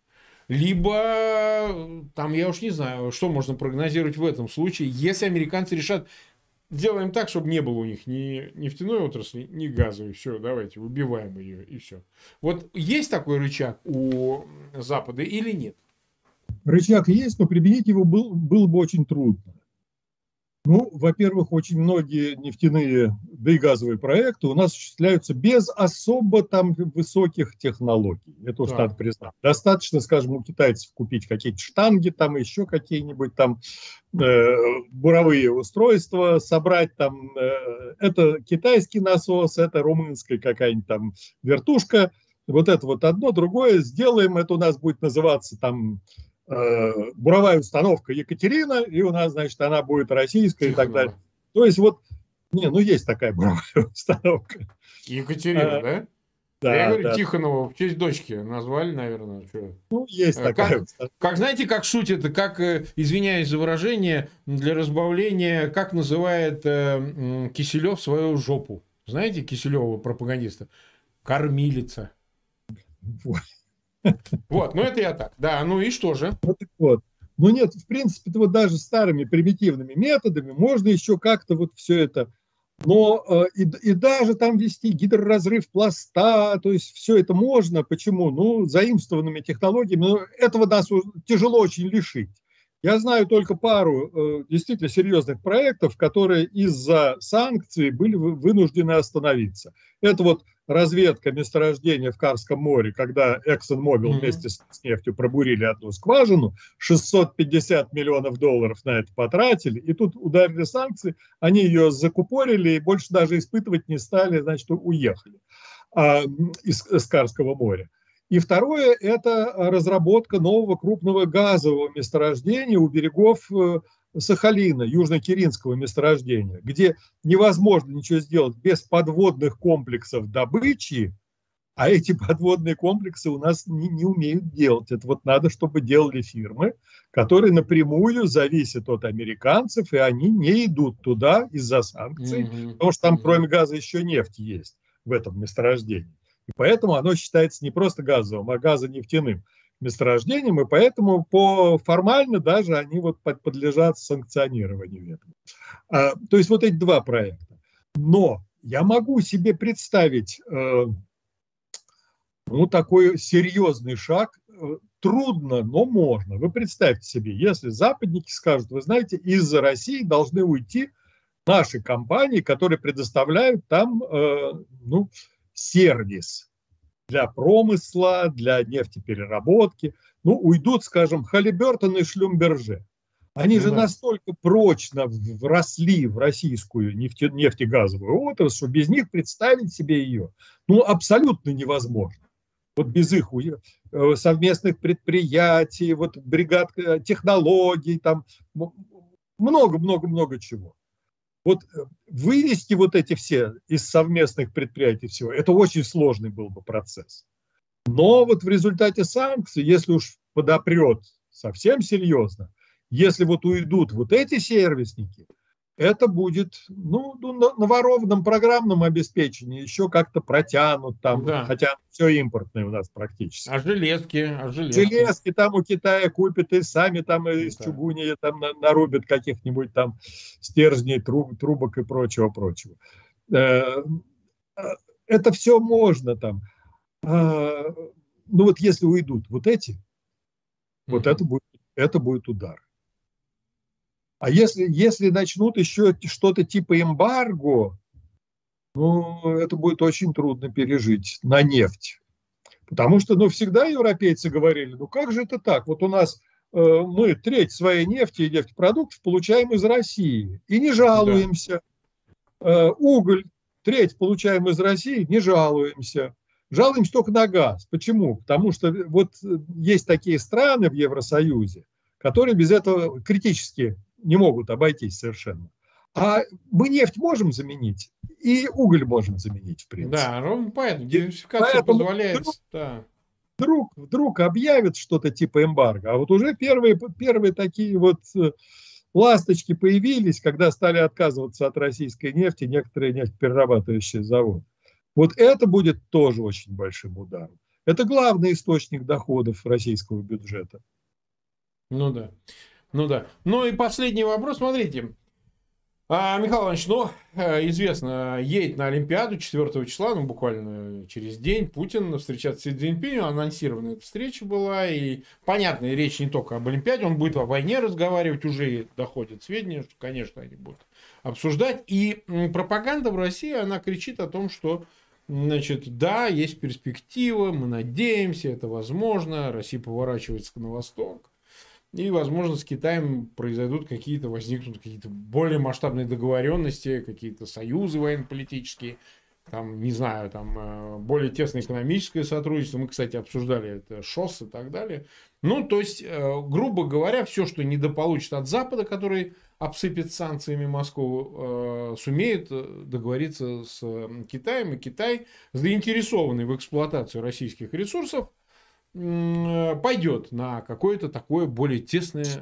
либо там, я уж не знаю, что можно прогнозировать в этом случае, если американцы решат, сделаем так, чтобы не было у них ни нефтяной отрасли, ни газовой. Все, давайте, убиваем ее и все. Вот есть такой рычаг у Запада или нет? Рычаг есть, но применить его было бы очень трудно. Ну, во-первых, очень многие нефтяные, да и газовые проекты у нас осуществляются без особо там высоких технологий. Это уж надо Так. признать. Достаточно, скажем, у китайцев купить какие-то штанги, там еще какие-нибудь там буровые устройства, собрать там, это китайский насос, это румынская какая-нибудь там вертушка, вот это вот одно, другое, сделаем, это у нас будет называться там буровая установка Екатерина, и у нас, значит, она будет российская и так далее. Тихонова. То есть вот, не, ну есть такая буровая установка. Екатерина, да? А я Да, говорю, да, Тихонова в честь дочки назвали, наверное. Что? ну есть такая Как, установка. как, знаете, как шутят, как, извиняюсь за выражение, для разбавления, как называет Киселев свою жопу. Знаете Киселева, пропагандиста? Кормилица. Вот. Вот, ну это я так. Да, ну и что же? Вот так вот. Ну нет, в принципе, вот даже старыми примитивными методами можно еще как-то вот все это, но и даже там вести гидроразрыв пласта, то есть все это можно. Почему? Ну, заимствованными технологиями, но этого нас тяжело очень лишить. Я знаю только пару действительно серьезных проектов, которые из-за санкций были вынуждены остановиться. Это вот разведка месторождения в Карском море, когда ExxonMobil Мгм. вместе с нефтью пробурили одну скважину, 650 миллионов долларов на это потратили, и тут ударили санкции, они ее закупорили и больше даже испытывать не стали, значит, уехали из Карского моря. И второе – это разработка нового крупного газового месторождения у берегов Сахалина, Южно-Киринского месторождения, где невозможно ничего сделать без подводных комплексов добычи, а эти подводные комплексы у нас не умеют делать. Это вот надо, чтобы делали фирмы, которые напрямую зависят от американцев, и они не идут туда из-за санкций, Мгм. потому что там Мгм. кроме газа еще нефть есть в этом месторождении. И поэтому оно считается не просто газовым, а газонефтяным месторождением, и поэтому формально даже они вот подлежат санкционированию этому. То есть вот эти два проекта. Но я могу себе представить ну, такой серьезный шаг. Трудно, но можно. Вы представьте себе, если западники скажут, вы знаете, из-за России должны уйти наши компании, которые предоставляют там ну, сервис. для промысла, для нефтепереработки. Ну, уйдут, скажем, Халибертон и Шлюмберже. Они Ну же да. настолько прочно вросли в российскую нефтегазовую отрасль, что без них представить себе ее, ну, абсолютно невозможно. Вот без их совместных предприятий, вот бригад технологий, там много-много-много чего. Вот вывести вот эти все из совместных предприятий всего, это очень сложный был бы процесс. Но вот в результате санкций, если уж подопрет совсем серьезно, если вот уйдут вот эти сервисники, это будет, ну, на воровном программном обеспечении еще как-то протянут там, Да. хотя все импортное у нас практически. А железки, а железки. Железки там у Китая купят и сами там из Да. чугуния там нарубят каких-нибудь там стержней, трубок и прочего-прочего. Это все можно там. Ну вот если уйдут вот эти, вот Мгм. это будет удар. А если начнут еще что-то типа эмбарго, ну, это будет очень трудно пережить на нефть. Потому что, ну, всегда европейцы говорили, ну, как же это так? Вот у нас мы треть своей нефти и нефтепродуктов получаем из России и не Да. жалуемся. Уголь треть получаем из России, не жалуемся. Жалуемся только на газ. Почему? Потому что вот есть такие страны в Евросоюзе, которые без этого критически не могут обойтись совершенно. А мы нефть можем заменить, и уголь можем заменить, в принципе. Да, ровно поэтому И диверсификация поэтому позволяет. Да. вдруг объявят что-то типа эмбарго, а вот уже первые такие вот ласточки появились, когда стали отказываться от российской нефти некоторые нефтеперерабатывающие заводы. Вот это будет тоже очень большим ударом. Это главный источник доходов российского бюджета. Ну да. Ну да. Ну и последний вопрос. Смотрите. Михаил Иванович, ну, известно, едет на Олимпиаду 4 числа, ну, буквально через день, Путин встречаться с Си Цзиньпинем, анонсированная эта встреча была, и понятно, речь не только об Олимпиаде, он будет о войне разговаривать, уже доходят сведения, что, конечно, они будут обсуждать, и пропаганда в России, она кричит о том, что, значит, да, есть перспектива, мы надеемся, это возможно, Россия поворачивается на восток, и, возможно, с Китаем возникнут какие-то более масштабные договоренности, какие-то союзы военно-политические, там, не знаю, там, более тесное экономическое сотрудничество. Мы, кстати, обсуждали это ШОС и так далее. Ну, то есть, грубо говоря, все, что недополучит от Запада, который обсыпет санкциями Москву, сумеет договориться с Китаем, и Китай, заинтересованный в эксплуатации российских ресурсов, пойдет на какое-то такое более тесное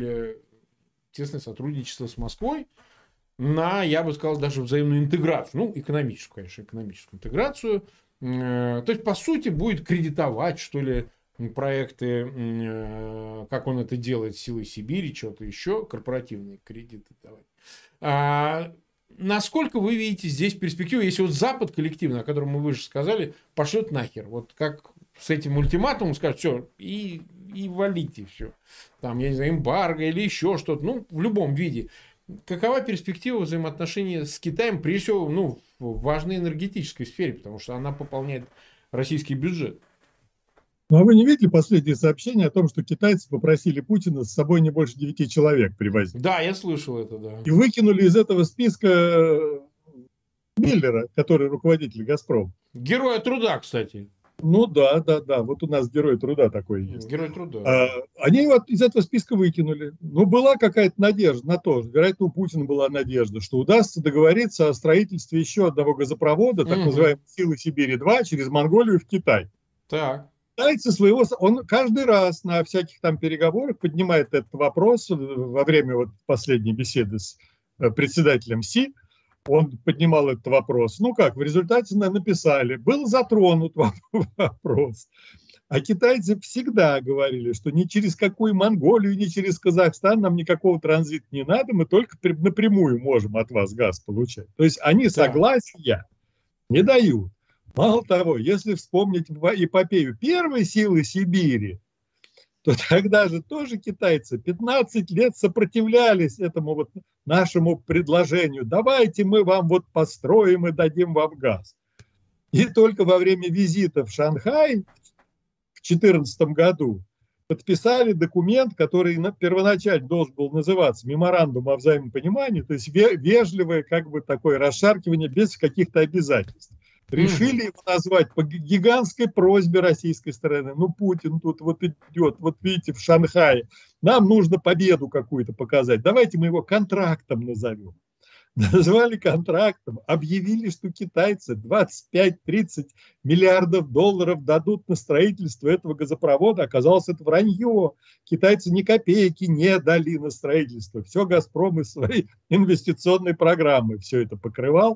сотрудничество с Москвой, на, я бы сказал, даже взаимную интеграцию, ну, экономическую, конечно, экономическую интеграцию. То есть, по сути, будет кредитовать, что ли, проекты, как он это делает, «Силой Сибири», что-то еще, корпоративные кредиты давать. Насколько вы видите здесь перспективу, если вот Запад коллективно, о котором мы выше сказали, пошлет нахер, вот как с этим ультиматумом скажет, все, и валите все. Там, я не знаю, эмбарго или еще что-то, ну, в любом виде. Какова перспектива взаимоотношений с Китаем, прежде всего, ну, в важной энергетической сфере, потому что она пополняет российский бюджет? Ну, а вы не видели последнее сообщение о том, что китайцы попросили Путина с собой не больше 9 человек привозить? Да, я слышал это, да. И выкинули из этого списка Миллера, который руководитель «Газпрома». Героя труда, кстати. Ну да. Вот у нас герой труда такой есть. Герой труда, да. Они вот из этого списка выкинули. Но была какая-то надежда на то, вероятно, у Путина была надежда, что удастся договориться о строительстве еще одного газопровода, так называемой «Силы Сибири-2», через Монголию в Китай. Так. Китайцы он каждый раз на всяких там переговорах поднимает этот вопрос во время вот последней беседы с председателем Си. Он поднимал этот вопрос. Ну как, в результате написали, был затронут вопрос. А китайцы всегда говорили, что ни через какую Монголию, ни через Казахстан нам никакого транзита не надо, мы только напрямую можем от вас газ получать. То есть они согласия не дают. Мало того, если вспомнить эпопею первой «Силы Сибири», то тогда же тоже китайцы 15 лет сопротивлялись этому вот нашему предложению. Давайте мы вам вот построим и дадим вам газ. И только во время визита в Шанхай в 2014 году подписали документ, который первоначально должен был называться «Меморандум о взаимном понимании», то есть вежливое как бы такое расшаркивание без каких-то обязательств. Решили его назвать по гигантской просьбе российской стороны. Ну, Путин тут вот идет, вот видите, в Шанхае. Нам нужно победу какую-то показать. Давайте мы его контрактом назовем. Назвали контрактом, объявили, что китайцы 25-30 миллиардов долларов дадут на строительство этого газопровода. Оказалось, это вранье. Китайцы ни копейки не дали на строительство. Все «Газпром» из своей инвестиционной программы все это покрывал.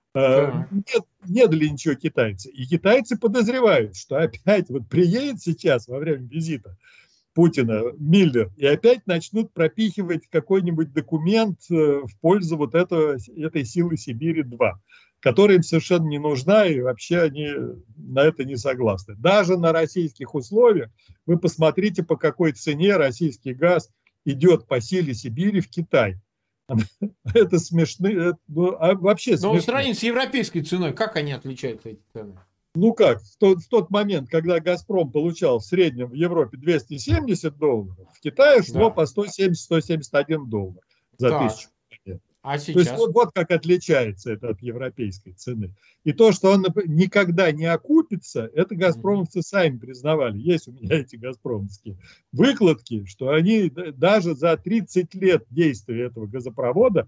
Не дали ничего китайцы. И китайцы подозревают, что опять вот приедет сейчас во время визита Путина Миллер и опять начнут пропихивать какой-нибудь документ в пользу вот этой силы Сибири-2, которая им совершенно не нужна, и вообще они на это не согласны. Даже на российских условиях вы посмотрите, по какой цене российский газ идет по силе Сибири в Китай. Это смешно. Вообще смешно. Но в сравнении с европейской ценой, как они отличаются, эти цены? Ну как, в тот момент, когда «Газпром» получал в среднем в Европе $270, в Китае шло по $170-171 за 1000. А сейчас? То есть вот как отличается это от европейской цены. И то, что он никогда не окупится, это газпромовцы сами признавали. Есть у меня эти газпромовские выкладки, что они даже за 30 лет действия этого газопровода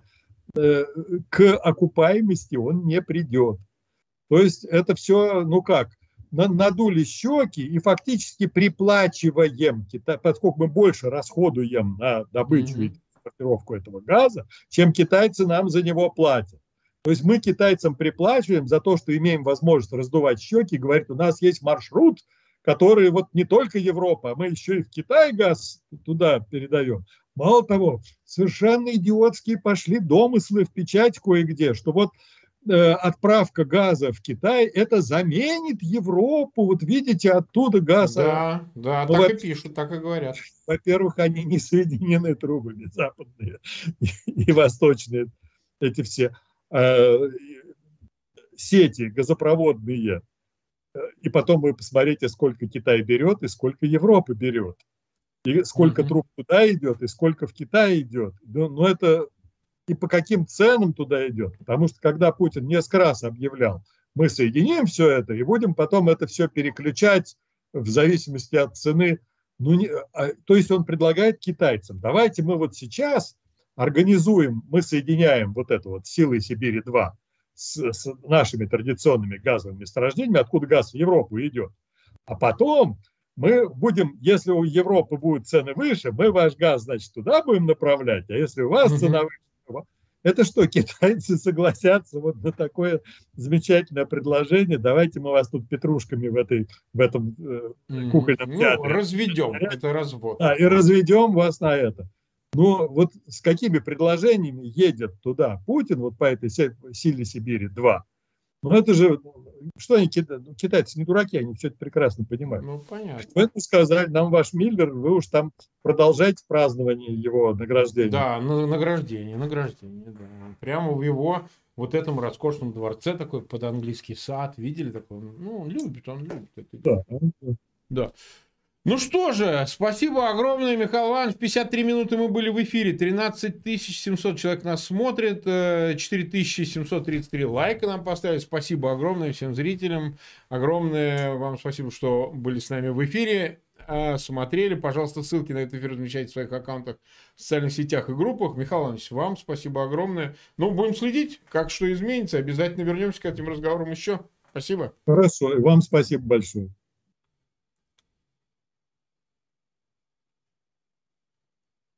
к окупаемости он не придет. То есть это все, ну как, надули щеки и фактически приплачиваем, поскольку мы больше расходуем на добычу и транспортировку этого газа, чем китайцы нам за него платят. То есть мы китайцам приплачиваем за то, что имеем возможность раздувать щеки, говорит, у нас есть маршрут, который вот не только Европа, а мы еще и в Китай газ туда передаем. Мало того, совершенно идиотские пошли домыслы в печать кое-где, что вот отправка газа в Китай, это заменит Европу. Вот видите, оттуда газ. Да, да, так и пишут, так и говорят. Во-первых, они не соединены трубами, западные и восточные, эти все сети газопроводные. И потом вы посмотрите, сколько Китай берет и сколько Европа берет. И сколько труб туда идет, и сколько в Китай идет. Но это... И по каким ценам туда идет. Потому что когда Путин несколько раз объявлял, мы соединим все это и будем потом это все переключать в зависимости от цены. То есть он предлагает китайцам, давайте мы вот сейчас организуем, мы соединяем вот это вот силой Сибири-2 с нашими традиционными газовыми месторождениями, откуда газ в Европу идет. А потом мы будем, если у Европы будут цены выше, мы ваш газ, значит, туда будем направлять, а если у вас цена выше, это что, китайцы согласятся вот на такое замечательное предложение? Давайте мы вас тут петрушками в этом кукольном театре. Разведем, это развод. И разведем вас на это. Ну, вот с какими предложениями едет туда Путин, вот по этой силе Сибири-2? Ну, это же, что они, китайцы не дураки, они все это прекрасно понимают. Ну, понятно. Поэтому сказали, нам ваш Миллер, вы уж там продолжайте празднование его награждения. Да, награждение, да. Прямо в его вот этом роскошном дворце, такой под английский сад, видели такой? Ну, он любит это. Да. Ну что же, спасибо огромное, Михаил Иванович. 53 минуты мы были в эфире. 13 700 человек нас смотрит. 4733 лайка нам поставили. Спасибо огромное всем зрителям. Огромное вам спасибо, что были с нами в эфире. Смотрели. Пожалуйста, ссылки на этот эфир размещайте в своих аккаунтах в социальных сетях и группах. Михаил Иванович, вам спасибо огромное. Ну, будем следить, как что изменится. Обязательно вернемся к этим разговорам еще. Спасибо. Хорошо. И вам спасибо большое.